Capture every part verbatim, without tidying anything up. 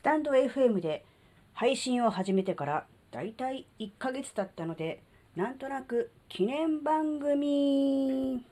スタンド エフエム で配信を始めてからだいたいいっかげつ経ったので、なんとなく記念番組。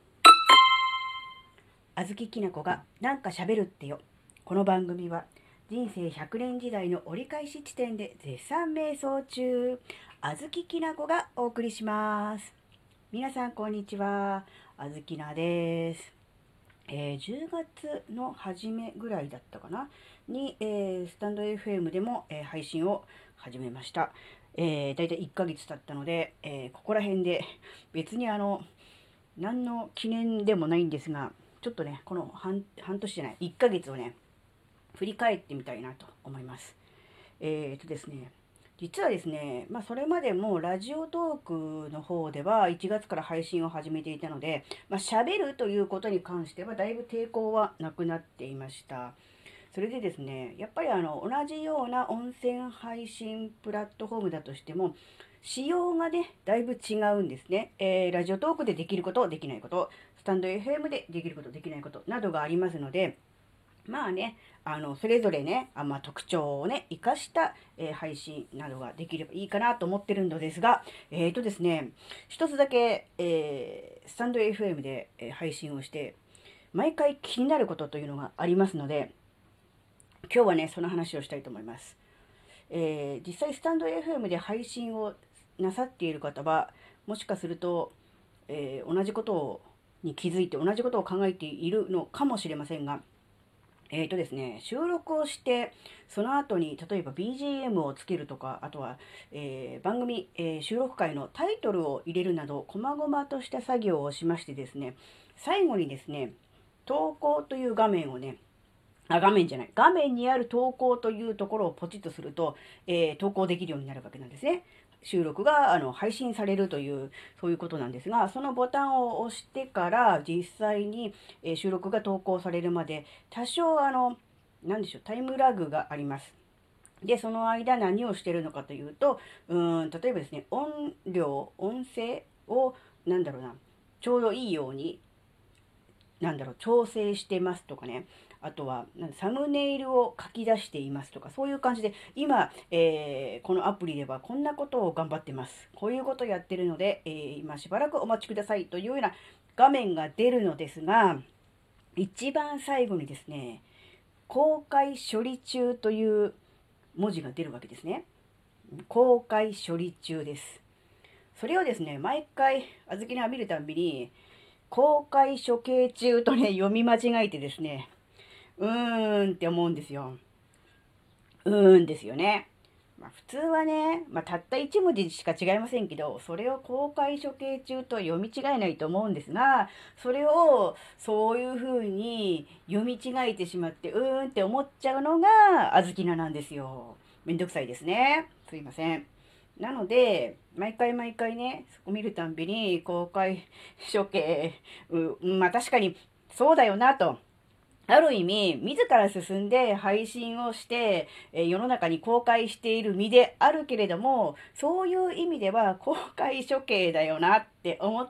あずききなこがなんか喋るってよ。この番組は人生ひゃくねん時代の折り返し地点で絶賛瞑想中、あずききなこがお送りします。皆さんこんにちは、あずきなです。えー、じゅうがつの初めぐらいだったかなに、えー、スタンド エフエム でも、えー、配信を始めました。えー、だいたいいっかげつ経ったので、えー、ここら辺で別にあの何の記念でもないんですが、ちょっとねこの 半, 半年じゃないいっかげつをね振り返ってみたいなと思います。えーとですね実はですね、まあ、それまでもラジオトークの方ではいちがつから配信を始めていたので、まあ、喋るということに関してはだいぶ抵抗はなくなっていました。それでですね、やっぱりあの同じような音声配信プラットフォームだとしても、仕様がね、だいぶ違うんですね。えー、ラジオトークでできること、できないこと、スタンド エフエム でできること、できないことなどがありますので、まあね、あのそれぞれね、あまあ、特徴をね、生かした、えー、配信などができればいいかなと思ってるのですが、えーとですね、一つだけ、えー、スタンド エフエム で、えー、配信をして、毎回気になることというのがありますので、今日はね、その話をしたいと思います。えー、実際スタンド エフエム で配信をなさっている方は、もしかすると、えー、同じことをに気づいて同じことを考えているのかもしれませんが、えーとですね、収録をして、その後に例えば ビージーエム をつけるとか、あとは、えー、番組、えー、収録回のタイトルを入れるなど、細々とした作業をしましてですね、最後にですね、投稿という画面をね、あ、画面じゃない。画面にある投稿というところをポチッとすると、えー、投稿できるようになるわけなんですね。収録があの配信されるという、そういうことなんですが、そのボタンを押してから実際に、えー、収録が投稿されるまで、多少あの、なんでしょう、タイムラグがあります。で、その間何をしてるのかというと、うーん、例えばですね、音量、音声を、なんだろうな、ちょうどいいように、なんだろう、調整してますとかね。あとは、サムネイルを書き出していますとか、そういう感じで、今、えー、このアプリではこんなことを頑張ってます。こういうことをやってるので、えー、今しばらくお待ちくださいというような画面が出るのですが、一番最後にですね、公開処理中という文字が出るわけですね。公開処理中です。それをですね、毎回、あずきが見るたんびに、公開処刑中とね、読み間違えてですね、うーんって思うんですよ。うーんですよね。まあ、普通はね、まあ、たった一文字しか違いませんけど、それを公開処刑中と読み違えないと思うんですが、それをそういう風に読み違えてしまって、うーんって思っちゃうのがあずきななんですよ。めんどくさいですね。すいません。なので、毎回毎回ね、そこ見るたんびに公開処刑、うまあ確かにそうだよなと。ある意味、自ら進んで配信をして、えー世の中に公開している身であるけれども、そういう意味では公開処刑だよなって思って、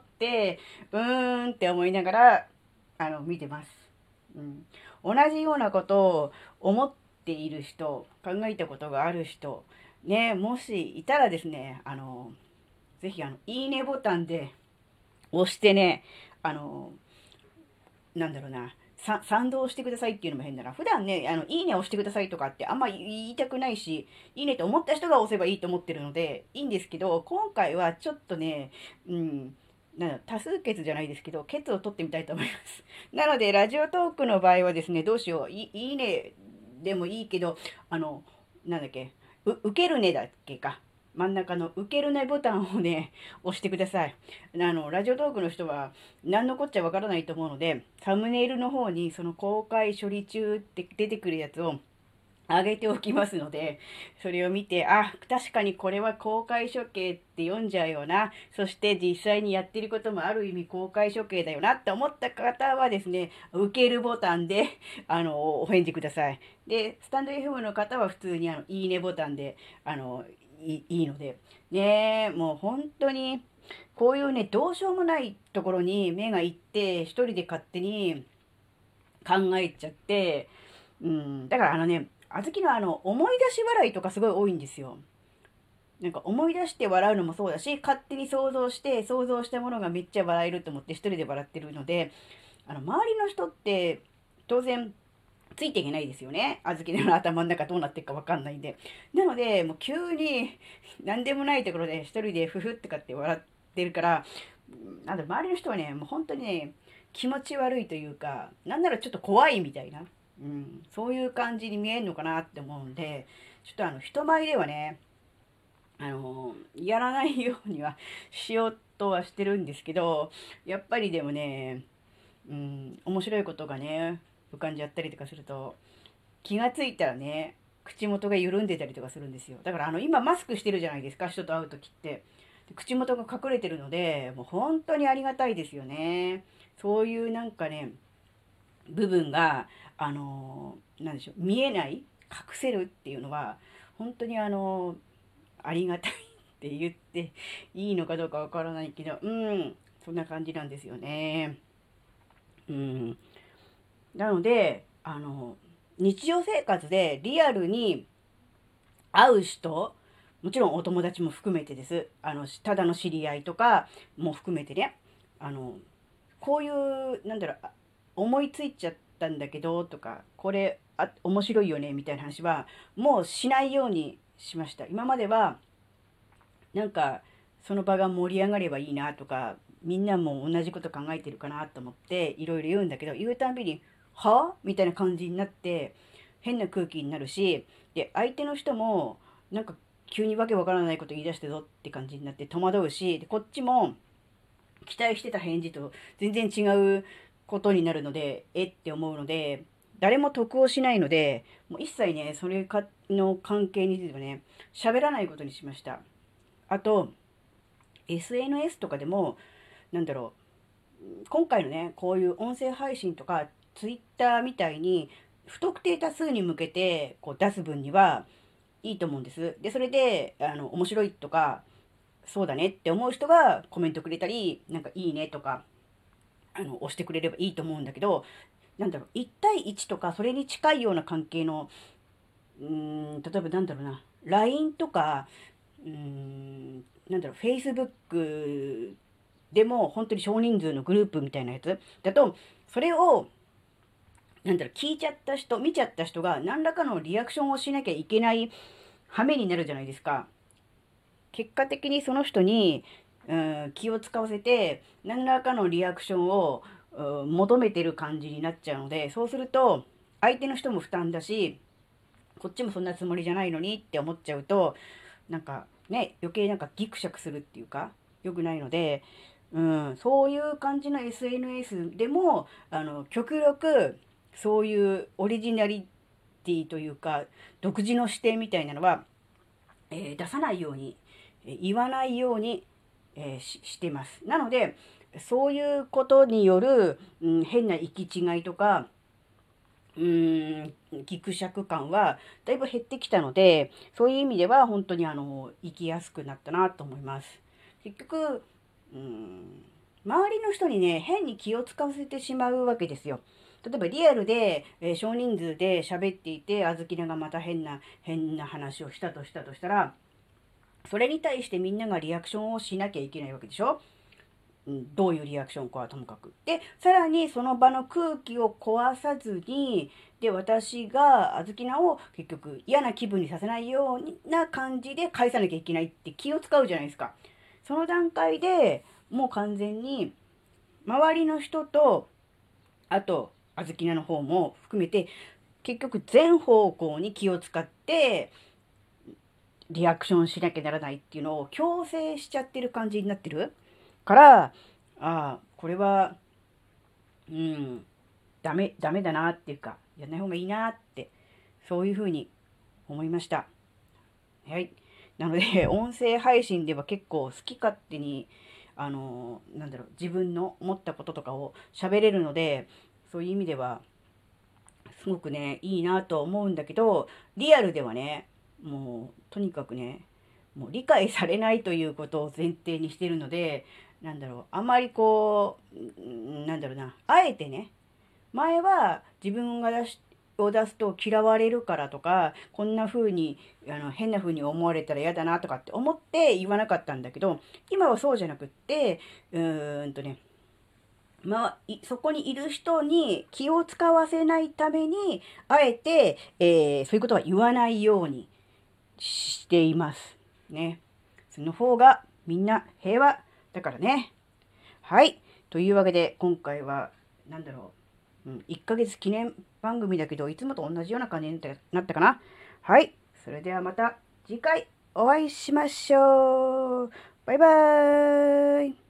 うーんって思いながら、あの、見てます。うん、同じようなことを思っている人、考えたことがある人、ね、もしいたらですね、あの、ぜひ、あの、いいねボタンで押してね、あの、なんだろうな、さ賛同してくださいっていうのも変だな。普段ね、あの、いいね押してくださいとかってあんま言いたくないし、いいねと思った人が押せばいいと思ってるので、いいんですけど、今回はちょっとね、うん、なんだ多数決じゃないですけど、決を取ってみたいと思います。なので、ラジオトークの場合はですね、どうしよう。いいいねでもいいけど、あの、なんだっけ、う、受けるねだっけか。真ん中の受けるねボタンをね、押してください。あの、ラジオトークの人は何のこっちゃわからないと思うので、サムネイルの方にその公開処理中って出てくるやつを上げておきますので、それを見て、あ、確かにこれは公開処刑って読んじゃうよな。そして実際にやってることもある意味公開処刑だよなって思った方はですね、受けるボタンで、あの、お返事ください。で、スタンド エフエム の方は普通にあの、いいねボタンで、あの、いいいので。ねえ、もう本当に、こういうね、どうしようもないところに目がいって、一人で勝手に考えちゃって、うん、だからあのね、 あずきのあの、思い出し笑いとかすごい多いんですよ。なんか思い出して笑うのもそうだし、勝手に想像して、想像したものがめっちゃ笑えると思って一人で笑ってるので、あの、周りの人って、当然、ついていけないですよね。あずきの頭の中どうなってるかわかんないんで。なので、もう急に、何でもないところで一人でふふってかって笑ってるから、なんだろ、周りの人はね、もう本当にね、気持ち悪いというか、なんならちょっと怖いみたいな、うん、そういう感じに見えるのかなって思うんで、ちょっとあの、人前ではね、あの、やらないようにはしようとはしてるんですけど、やっぱりでもね、うん、面白いことがね、浮かんじゃったりとかすると、気がついたらね、口元が緩んでたりとかするんですよ。だからあの、今マスクしてるじゃないですか、人と会う時って。で口元が隠れてるので、もう本当にありがたいですよね。そういうなんかね、部分が、あのーなんでしょう、見えない、隠せるっていうのは、本当にあのーありがたいって言っていいのかどうかわからないけど、うん、そんな感じなんですよね。うん。なので、あの、日常生活でリアルに会う人、もちろんお友達も含めてです。あの、ただの知り合いとかも含めてね、あの、こういう、なんだろう、あ思いついちゃったんだけど、とか、これ、あ、面白いよね、みたいな話は、もうしないようにしました。今までは、なんか、その場が盛り上がればいいなとか、みんなも同じこと考えてるかなと思って、いろいろ言うんだけど、言うたんびに、はみたいな感じになって、変な空気になるし、で、相手の人も、なんか、急にわけわからないこと言い出してぞって感じになって戸惑うし、で、こっちも、期待してた返事と全然違うことになるので、えって思うので、誰も得をしないので、もう一切ね、それかの関係についてはね、喋らないことにしました。あと、エスエヌエス とかでも、なんだろう、今回のね、こういう音声配信とか、Twitter みたいに、不特定多数に向けてこう出す分にはいいと思うんです。で、それで、あの、面白いとか、そうだねって思う人がコメントくれたり、なんかいいねとか、あの、押してくれればいいと思うんだけど、なんだろう、いち対いちとか、それに近いような関係の、うーん、例えばなんだろうな、ライン とか、うーん、なんだろう、Facebook でも本当に少人数のグループみたいなやつだと、それを、なんだろう、聞いちゃった人、見ちゃった人が何らかのリアクションをしなきゃいけない羽目になるじゃないですか。結果的にその人に、うん、気を使わせて、何らかのリアクションを、うん、求めてる感じになっちゃうので、そうすると、相手の人も負担だし、こっちもそんなつもりじゃないのにって思っちゃうと、なんかね、余計なんかギクシャクするっていうか、良くないので、うん、そういう感じの エスエヌエス でも、あの、極力、そういうオリジナリティというか、独自の視点みたいなのは、えー出さないように、えー言わないように、えーししてます。なので、そういうことによる、うん、変な行き違いとか、うーん、ギクシャク感はだいぶ減ってきたので、そういう意味では本当にあの、生きやすくなったなと思います。結局、うーん、周りの人にね、変に気を使わせてしまうわけですよ。例えばリアルで、えー少人数で喋っていて、あずきながまた変な、変な話をしたとしたとしたら、それに対してみんながリアクションをしなきゃいけないわけでしょ。うん、どういうリアクションかはともかく。で、さらにその場の空気を壊さずに、で、私があずきなを結局嫌な気分にさせないような感じで返さなきゃいけないって気を使うじゃないですか。その段階でもう完全に周りの人と、あと、あずきなの方も含めて、結局全方向に気を使ってリアクションしなきゃならないっていうのを強制しちゃってる感じになってるから、ああ、これは、うん、ダメ、ダメだなっていうか、やんない方がいいなって、そういうふうに思いました。はい。なので、音声配信では結構好き勝手に、あの、なんだろう、自分の思ったこととかを喋れるので、そういう意味では、すごくね、いいなと思うんだけど、リアルではね、もう、とにかくね、もう理解されないということを前提にしているので、なんだろう、あまりこう、うんなんだろうな、あえてね、前は自分が出し、 を出すと嫌われるからとか、こんな風に、あの、変な風に思われたら嫌だなとかって思って言わなかったんだけど、今はそうじゃなくって、うーんとね、まあ、いそこにいる人に気を使わせないために、あえて、えーそういうことは言わないようにしています。ね。その方がみんな平和だからね。はい。というわけで、今回は、なんだろう、うん、いっかげつ記念番組だけど、いつもと同じような感じになったかな。はい。それではまた次回お会いしましょう。バイバーイ。